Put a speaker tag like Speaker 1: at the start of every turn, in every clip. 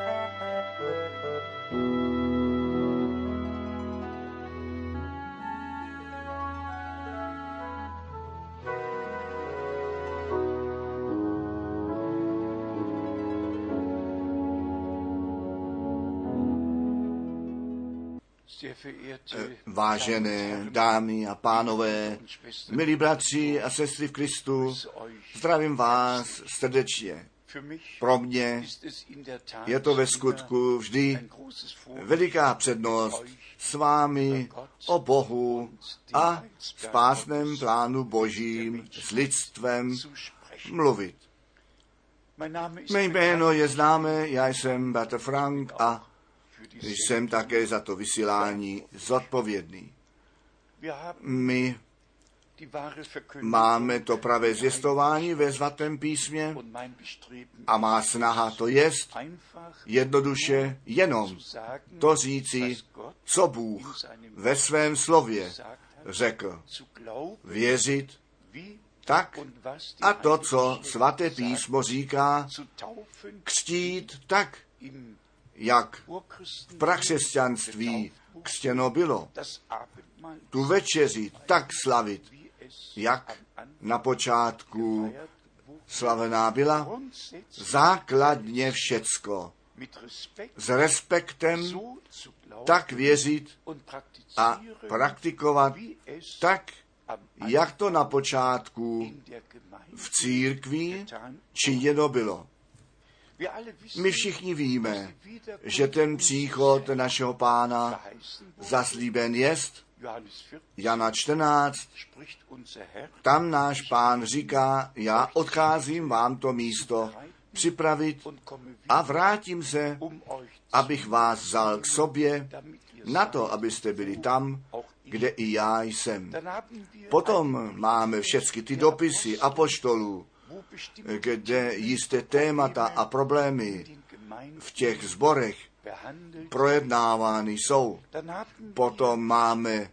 Speaker 1: Vážené dámy a pánové, milí bratři a sestry v Kristu, zdravím vás srdečně. Pro mě je to ve skutku vždy veliká přednost s vámi o Bohu a spásném plánu Božím s lidstvem mluvit. Mé jméno je známé, já jsem bratr Frank a jsem také za to vysílání zodpovědný. My máme to pravé zvěstování ve svatém písmě a má snaha to jest jednoduše jenom to říci, co Bůh ve svém slově řekl. Věřit tak a to, co svaté písmo říká, křtít tak, jak v prakřesťanství křtěno bylo. Tu večeři tak slavit, jak na počátku slavená byla, základně všecko. S respektem tak věřit a praktikovat tak, jak to na počátku v církvi činěno bylo. My všichni víme, že ten příchod našeho Pána zaslíben jest. Jana 14, tam náš Pán říká, já odcházím vám to místo připravit a vrátím se, abych vás vzal k sobě, na to, abyste byli tam, kde i já jsem. Potom máme všechny ty dopisy apoštolů, kde jisté témata a problémy v těch sborech projednávány jsou. Potom máme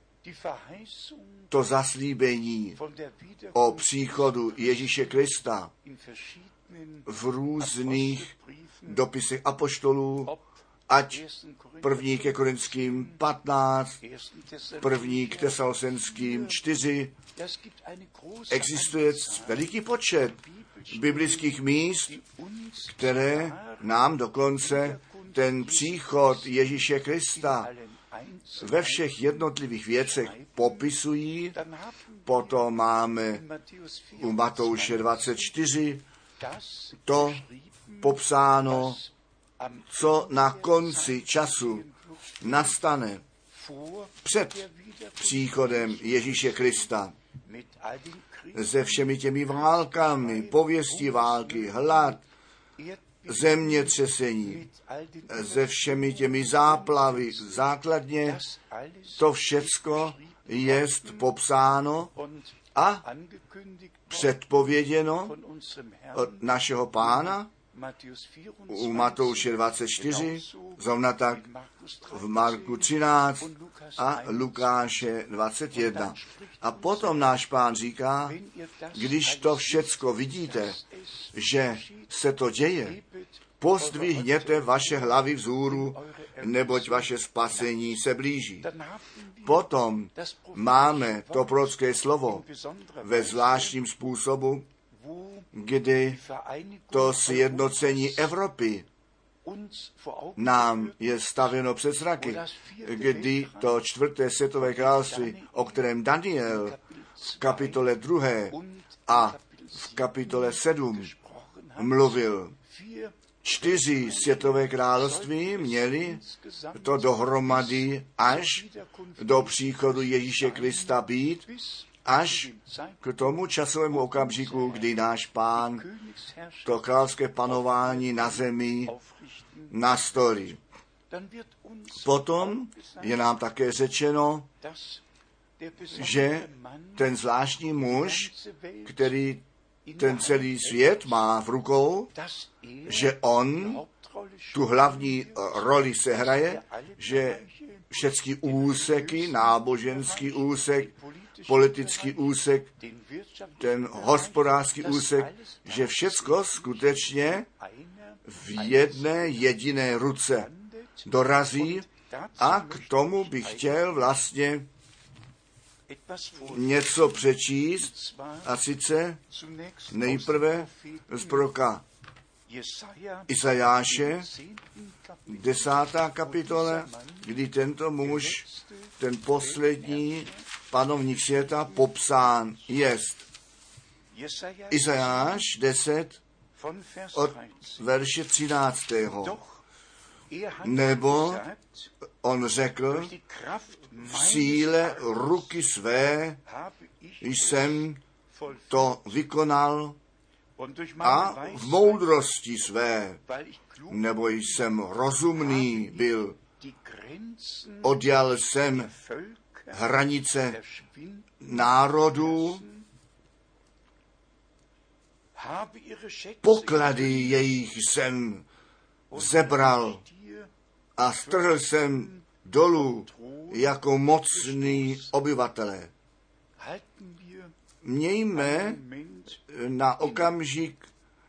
Speaker 1: to zaslíbení o příchodu Ježíše Krista v různých dopisech apoštolů, ať 1. ke Korinským 15, 1. k Tesalonickým 4. Existuje veliký počet biblických míst, které nám dokonce ten příchod Ježíše Krista ve všech jednotlivých věcech popisují. Potom máme u Matouše 24 to popsáno, co na konci času nastane před příchodem Ježíše Krista. Se všemi těmi válkami, pověstí války, hlad, zemětřesení, se všemi těmi záplavy, základně to všecko jest popsáno a předpověděno od našeho Pána u Matouše 24, zrovna tak v Marku 13 a Lukáše 21. A potom náš Pán říká, když to všecko vidíte, že se to děje, pozdvihněte vaše hlavy vzhůru, neboť vaše spasení se blíží. Potom máme to prorocké slovo ve zvláštním způsobu, kdy to sjednocení Evropy nám je stavěno před zraky, kdy to 4. světové království, o kterém Daniel v kapitole 2. a v kapitole 7 mluvil. 4 světové království měly to dohromady až do příchodu Ježíše Krista být, až k tomu časovému okamžiku, kdy náš Pán to královské panování na zemi nastolí. Potom je nám také řečeno, že ten zvláštní muž, který ten celý svět má v rukou, že on tu hlavní roli sehraje, že všechny úseky, náboženský úsek, politický úsek, ten hospodářský úsek, že všecko skutečně v jedné jediné ruce dorazí a k tomu bych chtěl vlastně něco přečíst, a sice nejprve z proroka Izajáše, 10. kapitole, kdy tento muž, ten poslední panovník světa, popsán jest. Izajáš 10 od verše 13. Nebo on řekl, v síle ruky své jsem to vykonal a v moudrosti své, nebo jsem rozumný byl, odjal jsem hranice národů, poklady jejich jsem zebral a strhl jsem dolů jako mocný obyvatelé. Mějme na okamžik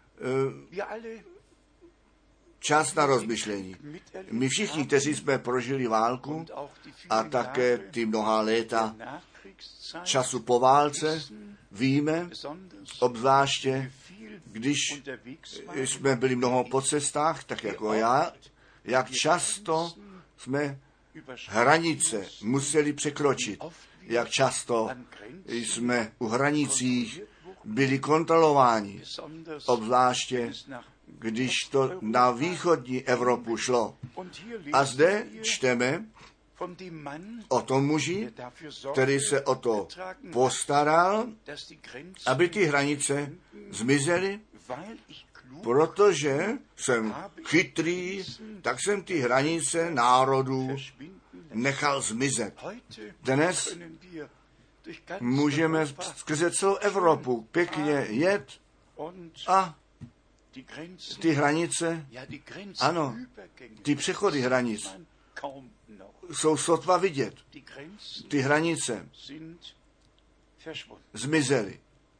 Speaker 1: čas na rozmyšlení. My všichni, kteří jsme prožili válku a také ty mnohá léta času po válce, víme, obzvláště když jsme byli mnoho po cestách, tak jako já, jak často jsme hranice museli překročit, jak často jsme u hranicích byli kontrolováni, obzvláště když to na východní Evropu šlo. A zde čteme o tom muži, který se o to postaral, aby ty hranice zmizely, protože jsem chytrý, tak jsem ty hranice národů nechal zmizet. Dnes můžeme skrze celou Evropu pěkně jet a ty hranice, ano, ty přechody hranic jsou sotva vidět. Ty hranice zmizely.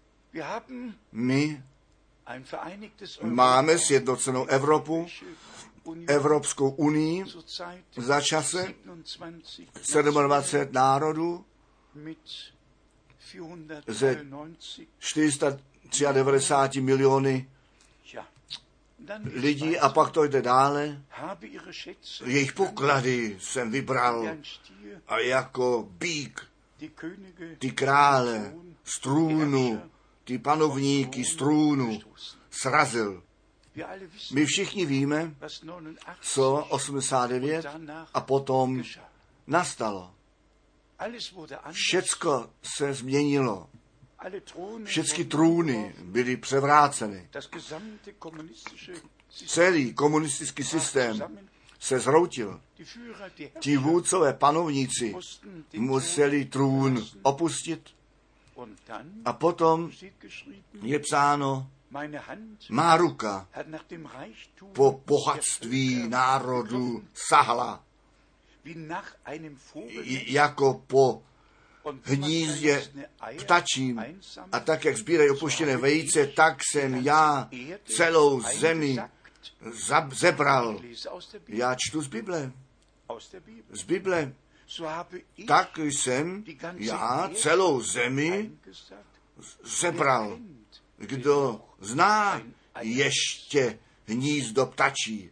Speaker 1: My máme sjednocenou Evropu, Evropskou unii za čase 27 národů ze 493 miliony lidí a pak to jde dále. Jejich poklady jsem vybral a jako býk ty krále z trůnu, ty panovníky z trůnu srazil. My všichni víme, co 89 a potom nastalo. Všecko se změnilo. Všechny trůny byly převráceny. Celý komunistický systém se zhroutil. Ti vůdcové panovníci museli trůn opustit a potom je psáno, má ruka po bohatství národů sahla, jako po hnízdě ptačím, a tak, jak sbírají opuštěné vejce, tak jsem já celou zemi zebral. Já čtu z Bible. Z Bible. Tak jsem já celou zemi zebral. Kdo zná ještě hnízdo ptačí?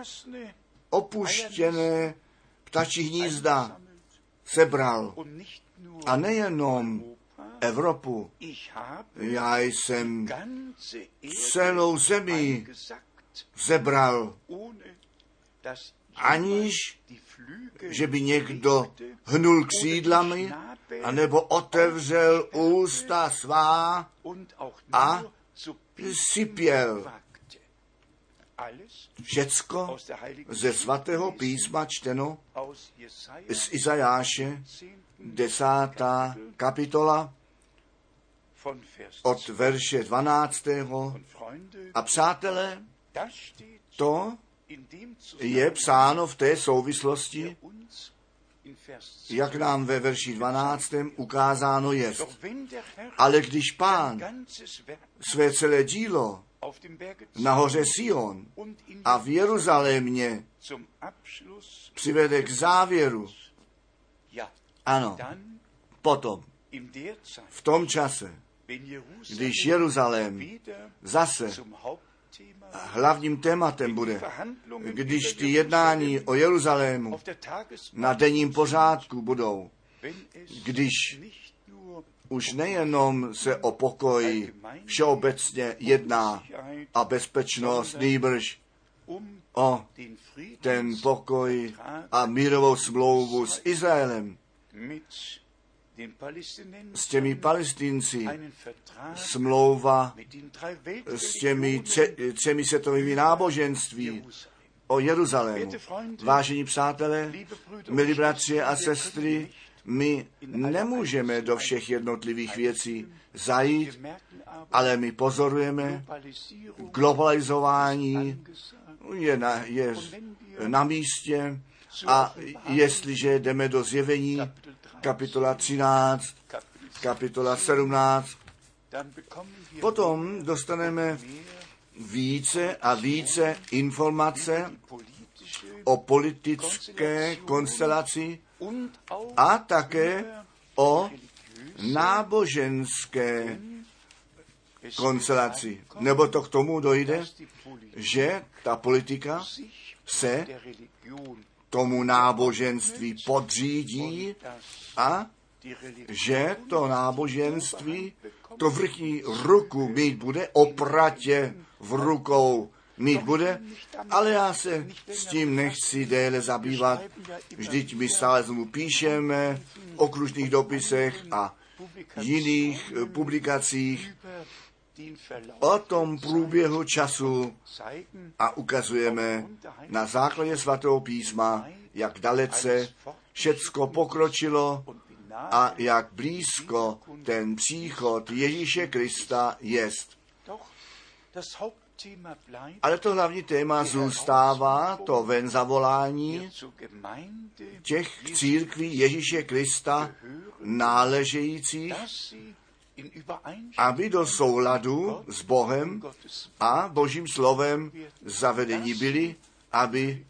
Speaker 1: Opuštěné ptačí hnízda sebral. A nejenom Evropu. Já jsem celou zemi zebral, aniž že by někdo hnul křídlami, anebo otevřel ústa svá a sypěl. Všecko ze svatého písma čteno z Izajáše, 10. kapitola, od verše 12. A přátelé, to je psáno v té souvislosti, jak nám ve verši 12. ukázáno jest. Ale když Pán své celé dílo na hoře Sion a v Jeruzalémě přivede k závěru. Ano, potom, v tom čase, když Jeruzalém zase hlavním tématem bude, když ty jednání o Jeruzalému na denním pořádku budou, když už nejenom se o pokoj všeobecně jedná a bezpečnost, nýbrž o ten pokoj a mírovou smlouvu s Izraelem, s těmi Palestinci, smlouva s těmi třemi světovými náboženství o Jeruzalému. Vážení přátelé, milí bratři a sestry, my nemůžeme do všech jednotlivých věcí zajít, ale my pozorujeme, globalizování je na místě a jestliže jdeme do Zjevení, kapitola 13, kapitola 17, potom dostaneme více a více informace o politické konstelaci a také o náboženské konstelaci. Nebo to k tomu dojde, že ta politika se tomu náboženství podřídí a že to náboženství to vrchní ruku mít bude, opratě v rukou mít bude, ale já se s tím nechci déle zabývat. Vždyť my stále znovu píšeme v okružných dopisech a jiných publikacích o tom průběhu času a ukazujeme na základě svatého písma, jak dalece všecko pokročilo a jak blízko ten příchod Ježíše Krista jest. Ale to hlavní téma zůstává to ven zavolání těch církví Ježíše Krista náležejících, aby do souladu s Bohem a Božím slovem zavedení byli, aby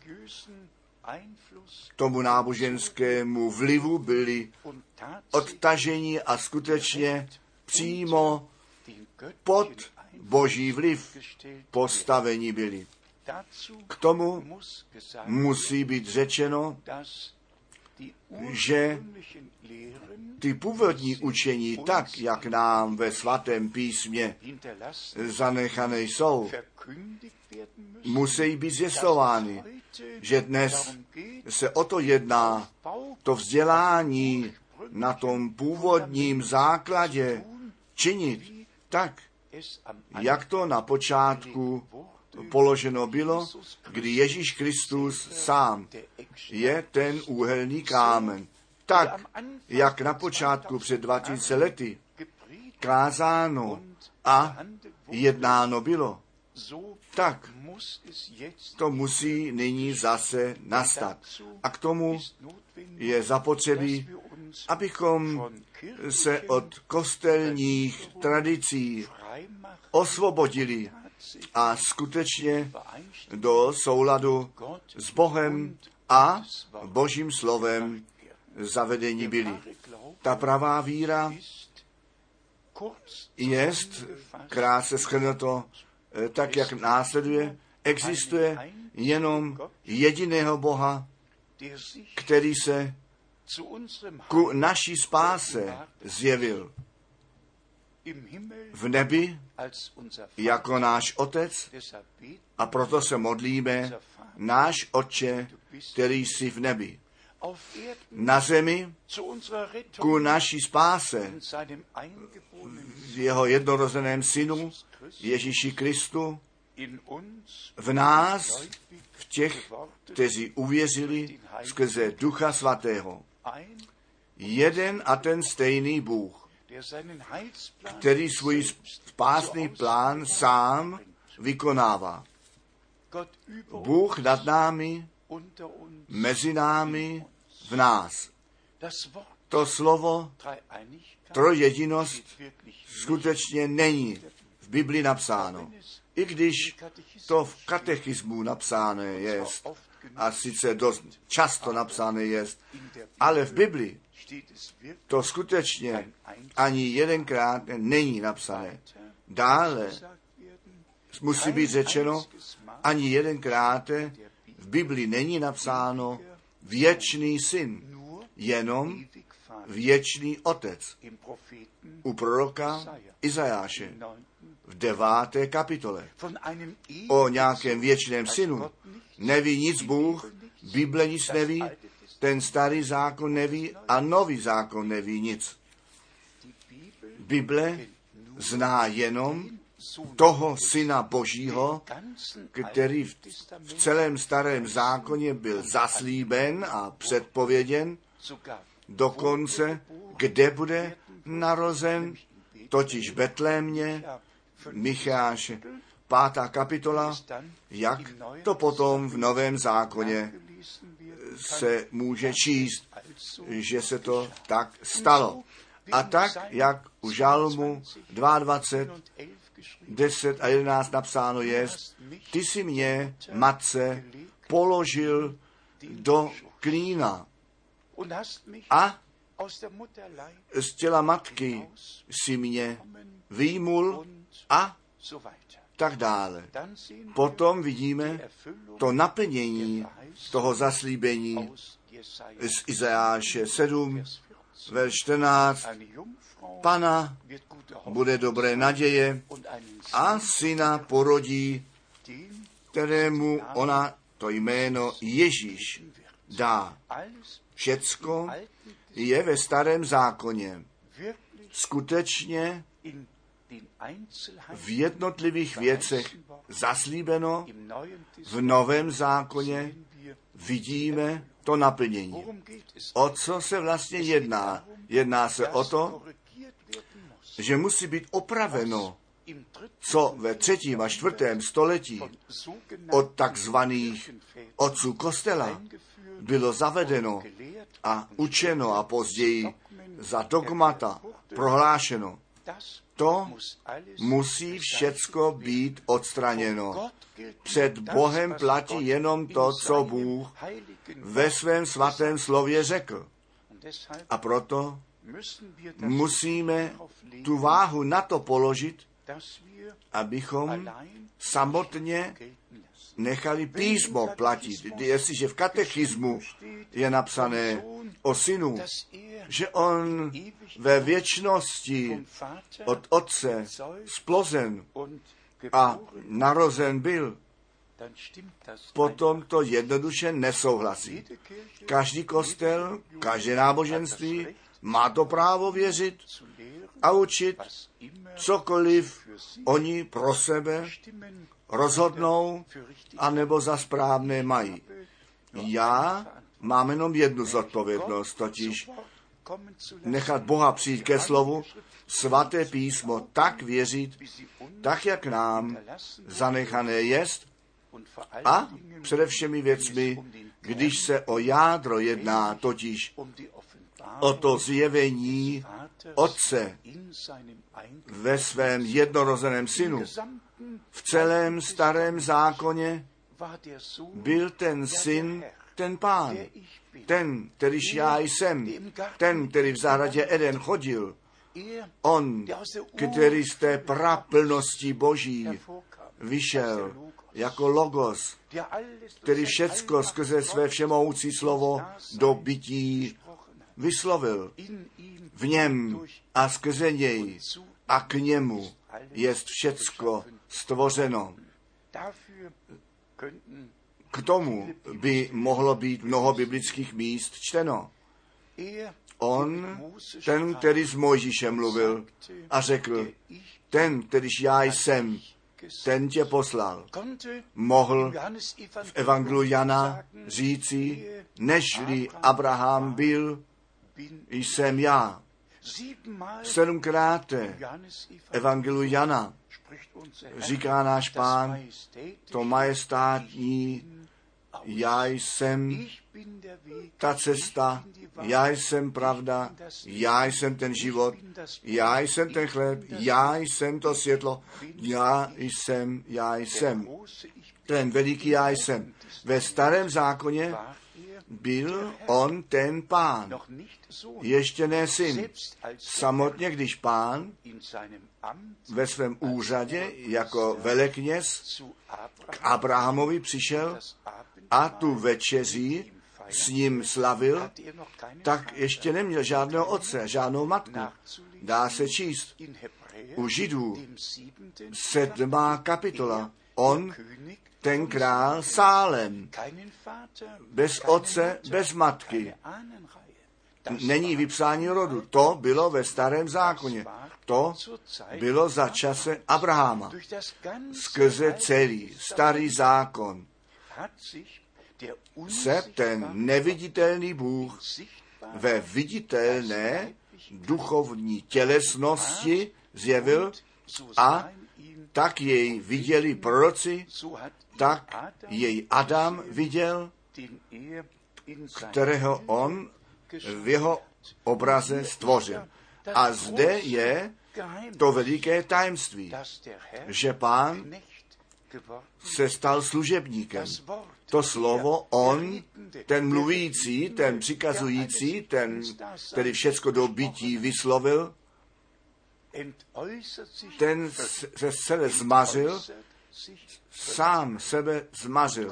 Speaker 1: tomu náboženskému vlivu byli odtaženi a skutečně přímo pod Boží vliv postavení byli. K tomu musí být řečeno, že ty původní učení, tak jak nám ve svatém písmě zanechané jsou, musí být zjistovány, že dnes se o to jedná, to vzdělání na tom původním základě činit tak, jak to na počátku položeno bylo, kdy Ježíš Kristus sám je ten úhelný kámen. Tak, jak na počátku před 2000 lety kázáno a jednáno bylo, tak to musí nyní zase nastat. A k tomu je zapotřebí, abychom se od kostelních tradicí osvobodili a skutečně do souladu s Bohem a Božím slovem zavedení byli. Ta pravá víra jest krátce shrnuto tak, jak následuje. Existuje jenom jediného Boha, který se ku naší spáse zjevil v nebi jako náš Otec, a proto se modlíme: náš Otče, který jsi v nebi. Na zemi ku naší spáse v jeho jednorozeném synu Ježíši Kristu, v nás, v těch, kteří uvěřili skrze Ducha Svatého. Jeden a ten stejný Bůh, který svůj spásný plán sám vykonává. Bůh nad námi, mezi námi, v nás. To slovo trojjedinost skutečně není v Biblii napsáno. I když to v katechismu napsáno je, a sice dost často napsáno je, ale v Bibli to skutečně ani jedenkrát není napsané. Dále musí být řečeno, ani jedenkrát v Bibli není napsáno věčný syn, jenom věčný otec. U proroka Izajáše v 9. kapitole o nějakém věčném synu neví nic Bůh, Bible nic neví, ten starý zákon neví a nový zákon neví nic. Bible zná jenom toho Syna Božího, který v celém starém zákoně byl zaslíben a předpověděn, dokonce kde bude narozen, totiž Betlémě, Micháše, 5. kapitola, jak to potom v Novém zákoně se může číst, že se to tak stalo. A tak, jak u Žalmu 22, 10 a 11 napsáno je, ty si mě, matce, položil do klína a z těla matky si mě vyjmul a tak dále. Potom vidíme to naplnění toho zaslíbení z Izajáše 7, verš 14. Pana bude dobré naděje a syna porodí, kterému ona to jméno Ježíš dá. Všecko je ve starém zákoně skutečně v jednotlivých věcech zaslíbeno, v Novém zákoně vidíme to naplnění. O co se vlastně jedná? Jedná se o to, že musí být opraveno, co ve 3. a 4. století od takzvaných otců kostela bylo zavedeno a učeno a později za dogmata prohlášeno. To musí všecko být odstraněno. Před Bohem platí jenom to, co Bůh ve svém svatém slově řekl. A proto musíme tu váhu na to položit, abychom samotně nechali písmo platit. Jestliže v katechismu je napsané o synu, že on ve věčnosti od otce splozen a narozen byl, potom to jednoduše nesouhlasí. Každý kostel, každé náboženství má to právo věřit a učit cokoliv oni pro sebe rozhodnou, anebo za správné mají. Já mám jenom jednu zodpovědnost, totiž nechat Boha přijít ke slovu, svaté písmo tak věřit, tak jak nám zanechané jest, a především věcmi, když se o jádro jedná, totiž o to zjevení Otce ve svém jednorozeném synu. V celém starém zákoně byl ten syn, ten Pán, ten, kterýž já jsem, ten, který v zahradě Eden chodil, on, který z té praplnosti Boží vyšel jako Logos, který všecko skrze své všemohoucí slovo do bytí vyslovil. V něm a skrze něj a k němu jest všecko stvořeno. K tomu by mohlo být mnoho biblických míst čteno. On, ten, který s Mojžíšem mluvil a řekl, ten, kterýž já jsem, ten tě poslal. Mohl v evangeliu Jana říci, nežli Abraham byl, jsem já. 7krát evangeliu Jana říká náš Pán, to majestátní já jsem ta cesta, já jsem pravda, já jsem ten život, já jsem ten chléb, já jsem to světlo, já jsem. Ten veliký já jsem. Ve starém zákoně byl on ten Pán, ještě ne syn. Samotně, když Pán ve svém úřadě jako velekněz k Abrahamovi přišel a tu večeří s ním slavil, tak ještě neměl žádného otce, žádnou matku. Dá se číst u Židů 7. kapitola. On, ten král Sálem, bez otce, bez matky. Není vypsání rodu. To bylo ve starém zákoně. To bylo za čase Abrahama. Skrze celý starý zákon se ten neviditelný Bůh ve viditelné duchovní tělesnosti zjevil a tak jej viděli proroci, tak jej Adam viděl, kterého on v jeho obraze stvořil. A zde je to veliké tajemství, že Pán se stal služebníkem. To slovo on, ten mluvící, ten přikazující, ten, který všecko do bytí vyslovil, ten se celé zmařil, sám sebe zmařil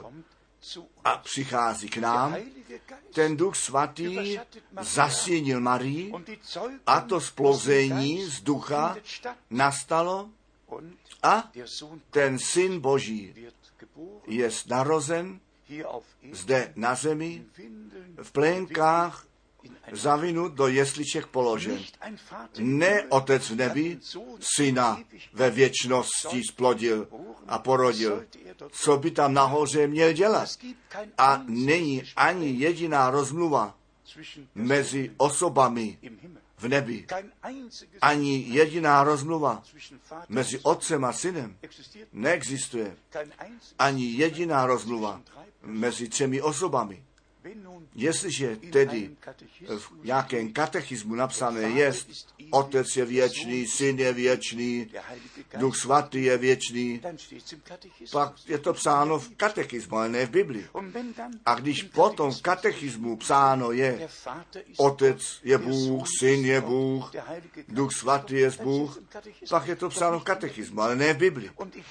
Speaker 1: a přichází k nám. Ten Duch Svatý zasvěnil Marii a to splouzení z ducha nastalo a ten Syn Boží je narozen zde na zemi, v plénkách zavinut do jesliček položen. Ne otec v nebi, syna ve věčnosti splodil a porodil. Co by tam nahoře měl dělat? A není ani jediná rozmluva mezi osobami v nebi. Ani jediná rozmluva mezi otcem a synem neexistuje. Ani jediná rozmluva mezi 3 osobami. Jestliže tedy v nějakém katechismu napsané je, Otec je věčný, Syn je věčný, Duch Svatý je věčný, pak je to psáno v katechismu, ale ne v Biblii. A když potom v katechismu psáno je, Otec je Bůh, Syn je Bůh, Duch Svatý je Bůh, pak je to psáno v katechismu, ale ne v Biblii.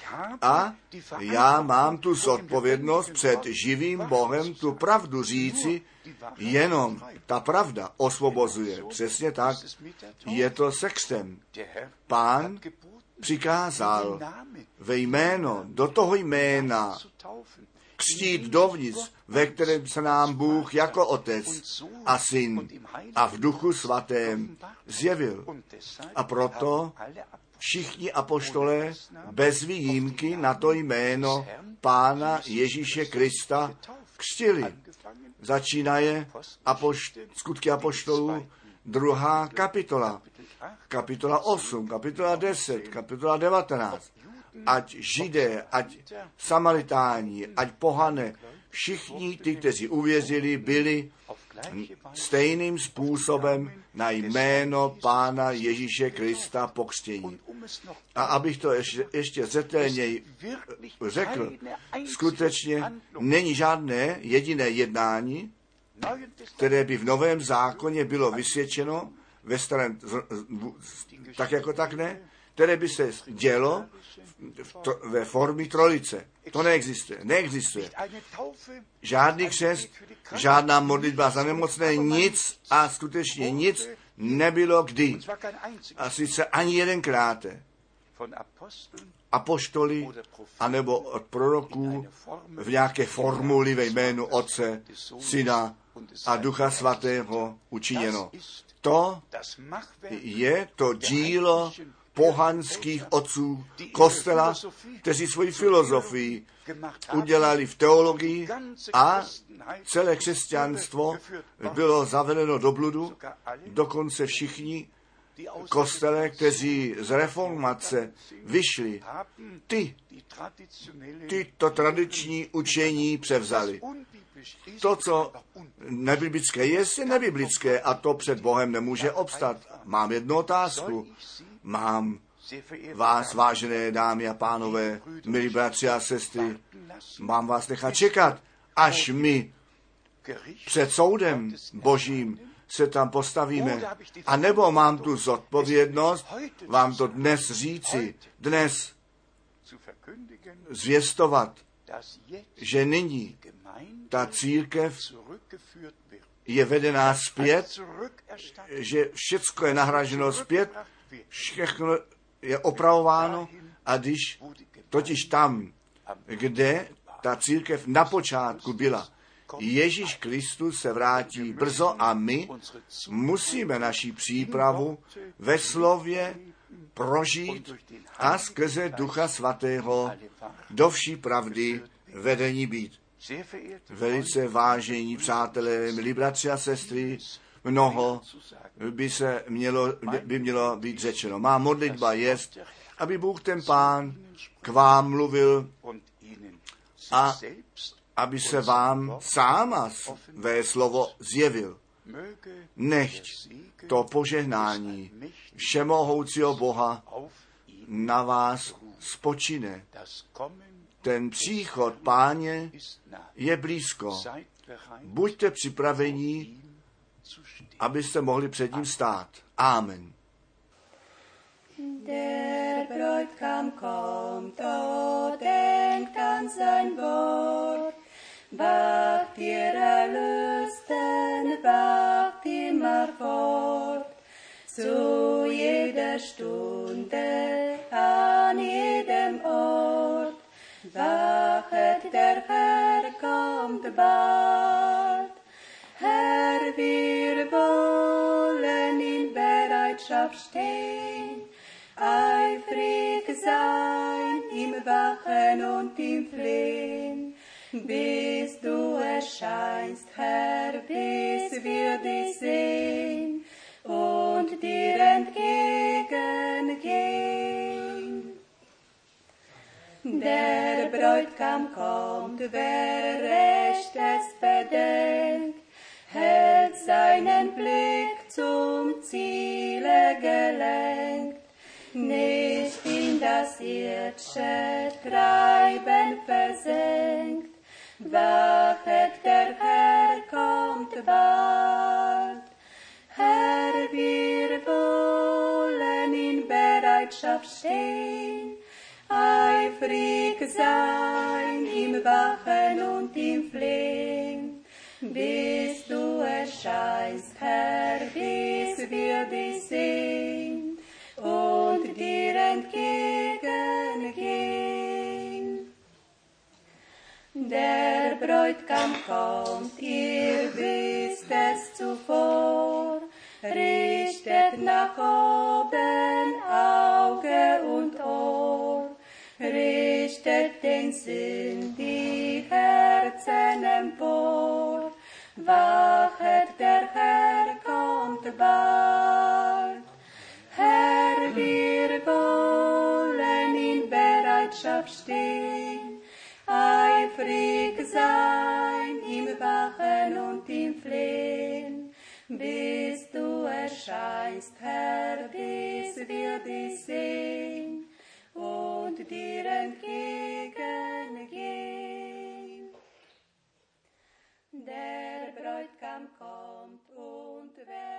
Speaker 1: A já mám tu zodpovědnost před živým Bohem tu pravdu říci, jenom ta pravda osvobozuje. Přesně tak. Je to se křtem. Pán přikázal ve jméno, do toho jména křtít dovnitř, ve kterém se nám Bůh jako Otec a Syn a v Duchu Svatém zjevil. A proto všichni apoštolé bez výjimky na to jméno Pána Ježíše Krista křtili. Začínaje skutky apoštolů 2. kapitola, kapitola 8, kapitola 10, kapitola 19. Ať Židé, ať Samaritáni, ať pohané, všichni ty, kteří uvěřili, byli stejným způsobem na jméno Pána Ježíše Krista pokřtění. A abych to ještě zřetelněji řekl, skutečně není žádné jediné jednání, které by v Novém zákoně bylo vysvědčeno, ve starém, tak jako tak ne, které by se dělo ve formě trojice. To neexistuje. Neexistuje. Žádný křest, žádná modlitba za nemocné, nic a skutečně nic nebylo kdy. A sice ani jedenkrát. Apoštoli anebo od proroků v nějaké formuli ve jménu Otce, Syna a Ducha Svatého učiněno. To je to dílo pohanských otců kostela, kteří svoji filozofii udělali v teologii a celé křesťanstvo bylo zavedeno do bludu, dokonce všichni kostele, kteří z reformace vyšli, to tradiční učení převzali. To, co nebiblické je nebiblické a to před Bohem nemůže obstat. Mám jednu otázku. Mám vás, vážené dámy a pánové, milí bratři a sestry, mám vás nechat čekat, až my před soudem Božím se tam postavíme. A nebo mám tu zodpovědnost vám to dnes říci, dnes zvěstovat, že nyní ta církev je vedená zpět, že všecko je nahraženo zpět, všechno je opravováno a když totiž tam, kde ta církev na počátku byla, Ježíš Kristus se vrátí brzo a my musíme naši přípravu ve slově prožít a skrze Ducha Svatého do vší pravdy vedení být. Velice vážení přátelé, milí bratři a sestry, mnoho by mělo být řečeno. Má modlitba jest, aby Bůh ten Pán k vám mluvil a aby se vám sám a své slovo zjevil. Nechť to požehnání všemohoucího Boha na vás spočine. Ten příchod Páně je blízko. Buďte připraveni, abyste mohli před ním stát. Amen.
Speaker 2: Der Bräutigam kommt, o denkt an sein Wort. Wacht ihr Erlösten, wacht immer fort. Zu jeder Stunde, an jedem Ort. Wachet, der Herr kommt bald. Herr, wir wollen in Bereitschaft stehen, eifrig sein im Wachen und im Flehen, bis du erscheinst, Herr, bis wir dich sehen und dir entgegengehen. Der Bräutigam kommt, wer recht es bedenkt, hält seinen Blick zum Ziele gelenkt, nicht in das irdische Treiben versenkt. Wachet, der Herr kommt bald. Herr, wir wollen in Bereitschaft stehen, eifrig sein im Wachen und im Flehen, bis du erscheinst, Herr, bis wir dich sehen und dir entgegengehen. Der Bräutigam kommt, ihr wisst es zuvor, richtet nach oben Auge und Ohr, richtet den Sinn die Herzen empor. Wachet, der Herr kommt bald. Herr, wir wollen in Bereitschaft stehen, eifrig sein im Wachen und im Flehen, bis du erscheinst, Herr, bis wir dich sehen und dir entgegengehen. Der Bräutigam kommt und wer